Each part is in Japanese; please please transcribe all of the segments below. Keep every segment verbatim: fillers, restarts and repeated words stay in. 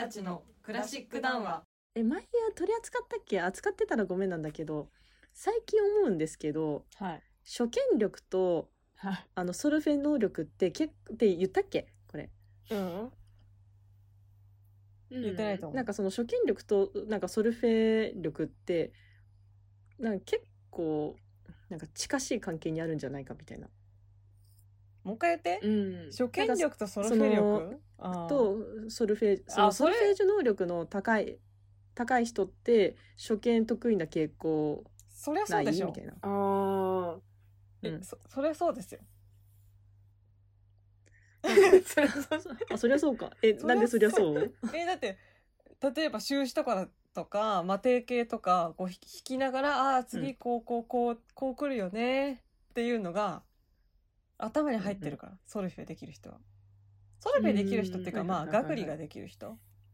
たちのクラシック談話。 え、前や取り扱ったっけ？扱ってたらごめんなんだけど、最近思うんですけど、 はい。 初見力とはい。 あのソルフェ能力って結構って言ったっけこれ？ うん。言ってないと思う。 なんかその初見力となんかソルフェ力ってなんか結構なんか近しい関係にあるんじゃないかみたいな。 もう一回言って。 うん、 初見力とソルフェ力とソルフェそのソルフェージュ能力の高い高い人って初見得意な傾向そりゃそうでしょみたいな。 あえ、 うん、 そ, そりゃそうですよ。 そりゃそうあ、そりゃそうか。え、なんでそりゃそうえ、だって例えば習字とかとか、まあ、定型とかこう弾きながら、ああ次こうこうこうこう来るよねっていうのが頭に入ってるから、うんうん、ソルフェできる人は。ソルフェできる人っていうか、まあ学理ができる人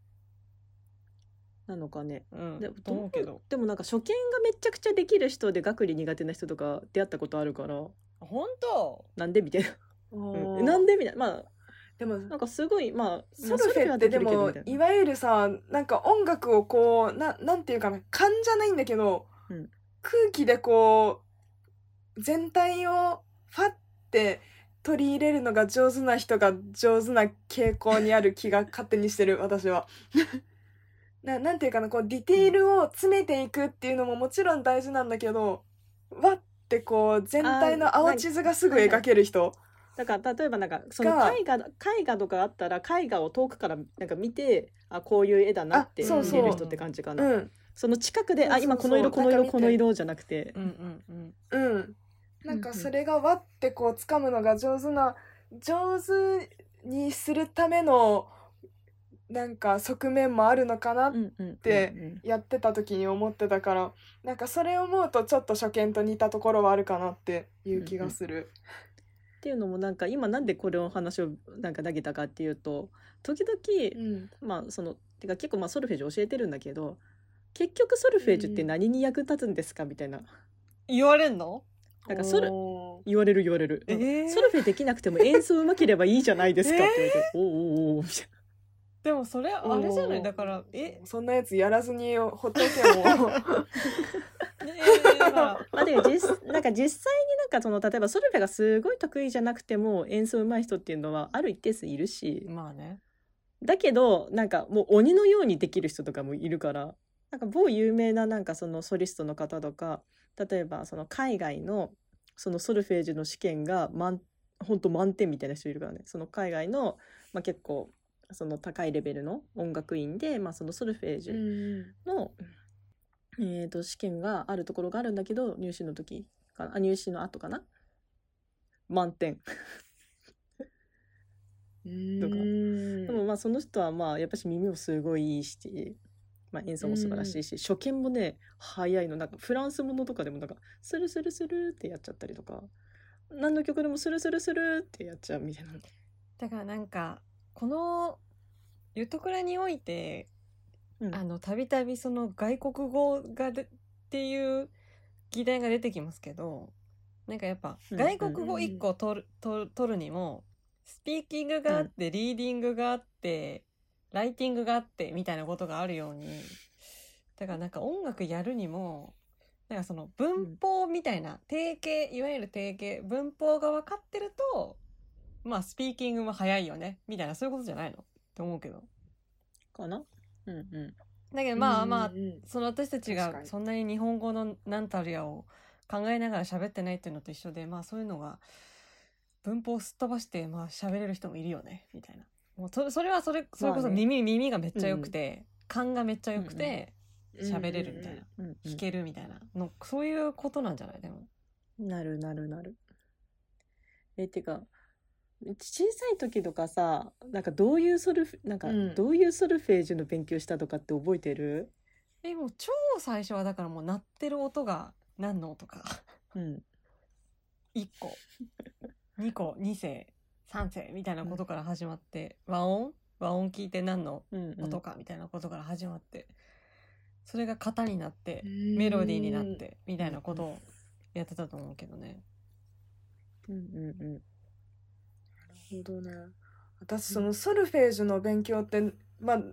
なのかね。 うん、 でと思うけど。 でもなんか初見がめちゃくちゃできる人で学理苦手な人とか出会ったことあるから。 本当？ なんでみたいな。うん、なんでみたいな。まあでもなんかすごいまあソルフェってでもいわゆるさなんか音楽をこうななんていうかな勘じゃないんだけど、 うん、 空気でこう全体をファッて取り入れるのが上手な人が上手な傾向にある気が勝手にしてる私はな, なんていうかなこうディテールを詰めていくっていうのももちろん大事なんだけど、わってこう全体の青地図がすぐ描ける人。 だから例えばなんかその絵画絵画とかあったら絵画を遠くからなんか見てあこういう絵だなって見れる人って感じかな。 うん、 その近くであ今この色この色この色じゃなくて、 うんうんうんうんなんかそれがわってこう掴むのが上手な上手にするためのなんか側面もあるのかなってやってた時に思ってたから、なんかそれを思うとちょっと初見と似たところはあるかなっていう気がする。 うんうんっていうのもなんか今なんでこれを話をなんか投げたかっていうと時々、うん、まあそのてか結構まあソルフェージュ教えてるんだけど結局ソルフェージュって何に役立つんですかみたいな言われんの？ なんかソル言われる言われる、 えー、 ソルフェできなくても演奏うまければいいじゃないですかって言われて、えー、おーおーおーみたいな。 でもそれあれじゃないだからえそんなやつやらずにほっといてもえー、まあ、でも実なんか実際になんかその例えばソルフェがすごい得意じゃなくても演奏上手い人っていうのはある一定数いるし、 まあね、 だけどなんかもう鬼のようにできる人とかもいるからなんか某有名ななんかそのソリストの方とか例えばその海外のそのソルフェージュの試験が満本当満点みたいな人いるからね。その海外の、まあ、結構その高いレベルの音楽院で、まあ、そのソルフェージュの、うんえー、と試験があるところがあるんだけど入試の時かなあ入試の後かな満点とかでもまあその人はまあやっぱし耳もすごいいいし、まあ、演奏も素晴らしいし初見もね早いのなんかフランスものとかでもなんかスルスルスルってやっちゃったりとか何の曲でもスルスルスルってやっちゃうみたいな。 だからなんかこのゆとくらにおいて、うん、あのたびたびその外国語がでっていう議題が出てきますけどなんかやっぱ外国語いっこ取る、うんうん、取るにもスピーキングがあって、うん、リーディングがあってライティングがあってみたいなことがあるようにだからなんか音楽やるにもなんかその文法みたいな定型いわゆる定型文法が分かってるとまあスピーキングも早いよねみたいなそういうことじゃないのって思うけどかな。うんうんだけどまあまあ、うんうん、その私たちがそんなに日本語の何たるやを考えながら喋ってないっていうのと一緒でまあそういうのが文法をすっ飛ばしてまあ喋れる人もいるよねみたいなもう そ, それはそれそれこそ耳、まあね、耳がめっちゃ良くて、うん、勘がめっちゃ良くて喋、うんうん、れるみたいな、うんうん、弾けるみたいなのそういうことなんじゃないでもなるなるなるえってか小さい時とかさなんかどういうソルフなんかどういうソルフェージュの勉強したとかって覚えてる？ うん、えもう超最初はだからもう鳴ってる音が何の音か、うん、いっこにこに世さん世みたいなことから始まって、うん、和音和音聞いて何の音かみたいなことから始まって、うんうん、それが型になってメロディーになってみたいなことをやってたと思うけどね。 うんうんうん。 なるほどね。私そのソルフェージュの勉強って、まあ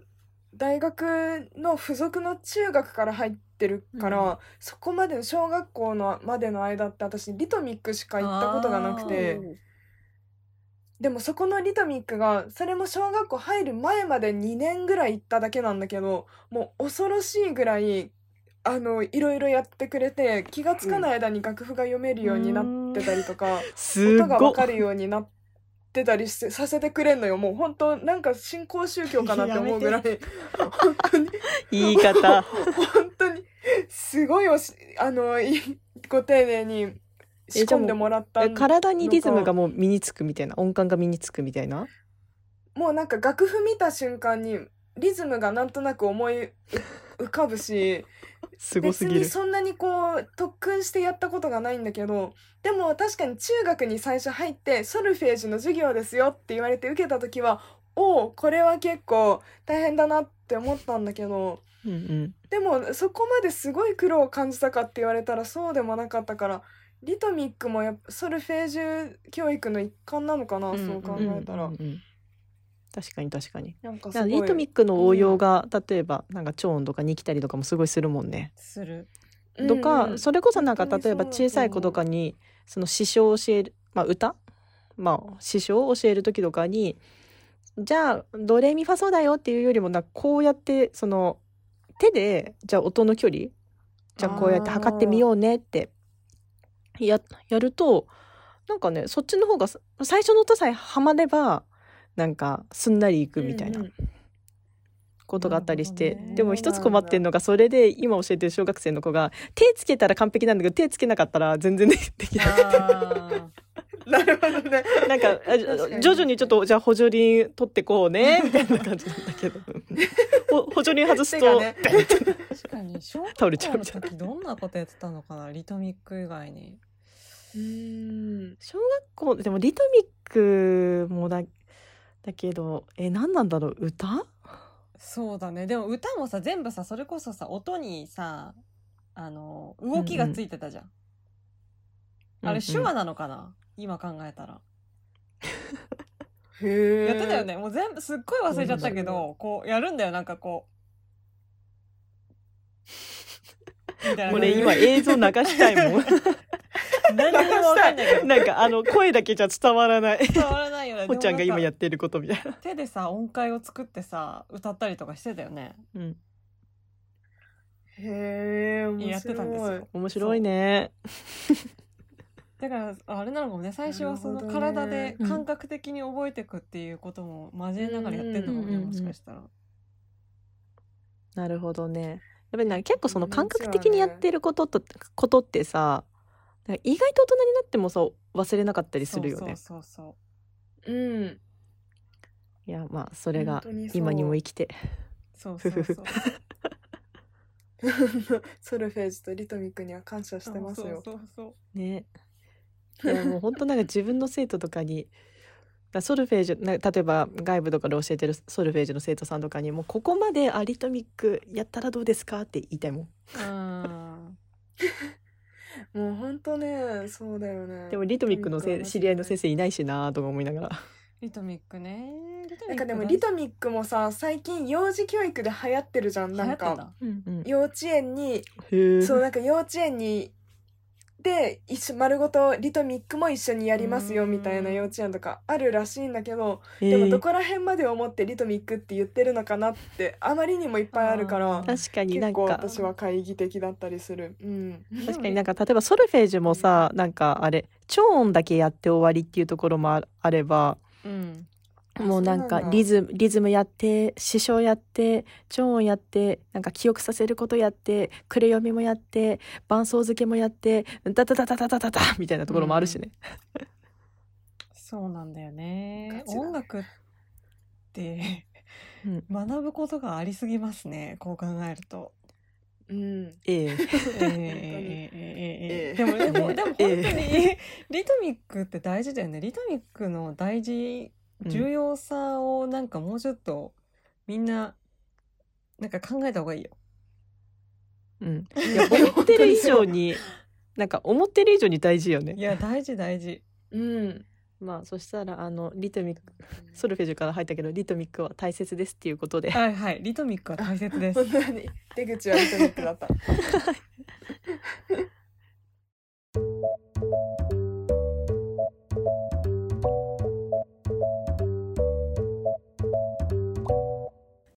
大学の付属の中学から入ってるから、 うんそこまでの小学校のまでの間って私リトミックしか行ったことがなくて、でもそこのリトミックがそれも小学校入る前までにねんぐらい行っただけなんだけど、もう恐ろしいぐらいあのいろいろやってくれて、気がつかない間に楽譜が読めるようになってたりとか、 す音がごっわかるようになってたりしてさせてくれんのよ。もう本当なんか新興宗教かなって思うぐらい本当に言い方本当にすごいおしあのいご丁寧に仕込んでもらったえの体にリズムがもう身につくみたいな、音感が身につくみたいな。 もうなんか楽譜見た瞬間にリズムがなんとなく思い浮かぶし、 すごすぎる。 別にそんなにこう特訓してやったことがないんだけど、でも確かに中学に最初入ってソルフェージュの授業ですよって言われて受けた時は、おおこれは結構大変だなって思ったんだけど、 うんうん、 でもそこまですごい苦労を感じたかって言われたらそうでもなかったから、リトミックもやっぱソルフェージュ教育の一環なのかな、 うんそう考えたら、 うんうんうん、確かに確かに。 なんかすだからごいリトミックの応用が、うん、例えばなんか超音とかに来たりとかもすごいするもんね。 するとか、 うんうん、 それこそなんか例えば小さい子とかにその詩書を教える、まあ歌まあ詩書を教える時とかに、じゃあドレミファソだよっていうよりも、なんかこうやってその手でじゃあ音の距離じゃあこうやって測ってみようねってや, やると、なんかねそっちの方が最初の音さえはまればなんかすんなりいくみたいなことがあったりして、 ね、 でも一つ困ってんのが、それで今教えてる小学生の子が手つけたら完璧なんだけど手つけなかったら全然できないなるほどね。 なんか徐々にちょっとじゃあ補助輪取ってこうねみたいな感じなんだけど補助輪外すと、 ね、確かに小学校の時どんなことやってたのかな、リトミック以外に。 うーん小学校でもリトミックもだだけどえ何なんだろう、歌？ そうだね。でも歌もさ全部さそれこそさ音にさあの動きがついてたじゃん、うんうん、あれ手話なのかな、うんうん、今考えたらへやってたよね。もう全部すっごい忘れちゃったけど、こうやるんだよ、なんかこうみたいな。 俺今映像流したいもん何にも分かんないけどなんかあの声だけじゃ伝わらない伝わらないよね。 ほっちゃんが今やってることみたいな。 手でさ音階を作ってさ歌ったりとかしてたよね、 うん、 へえ面白い。 やってたんですよ。 面白いねだからあれなのかもね、最初はその体で感覚的に覚えていくっていうことも交えながらやってんのかもね、もしかしたら。 なるほどね。やっぱりなんか結構その感覚的にやってることと、ことってさ、意外と大人になってもさ忘れなかったりするよね。 そうそうそう。うん。 いやまあそれが今にも生きて。 そうそうそう。 ソルフェージとリトミックには感謝してますよ。 そうそうそうね。いやもう本当なんか自分の生徒とかにソルフェージュ、例えば外部とかで教えてるソルフェージュの生徒さんとかにもうここまでアリトミックやったらどうですかって言いたいもん。 うんもう本当ね、そうだよね。 でもリトミックのせ知り合いの先生いないしなとか思いながら。 リトミックね。リトミックなんかでもリトミックもさ最近幼児教育で流行ってるじゃん。なんか幼稚園に、そうなんか幼稚園にで一緒丸ごとリトミックも一緒にやりますよみたいな幼稚園とかあるらしいんだけど、でもどこら辺まで思ってリトミックって言ってるのかなってあまりにもいっぱいあるから確かになんか結構私は懐疑的だったりする、うん、 確かになんか例えばソルフェージュもさなんかあれ超音だけやって終わりっていうところもあれば、 うん、 もうなんかリズム、リズムやって詩書やって超音やってなんか記憶させることやってクレ読みもやって伴奏付けもやってダダダダダダダダみたいなところもあるしね、うん、 そうなんだよね。音楽って学ぶことがありすぎますね、こう考えると。 うん、 ええええええでもでもでも本当にリトミックって大事だよね。リトミックの大事重要さをなんかもうちょっとみんななんか考えた方がいいよ。 うん。いや思ってる以上になんか思ってる以上に大事よね。 いや大事大事。 うん。 まあそしたらあのリトミックソルフェージュから入ったけどリトミックは大切ですっていうことで、 はいはい、リトミックは大切です。 本当に出口はリトミックだった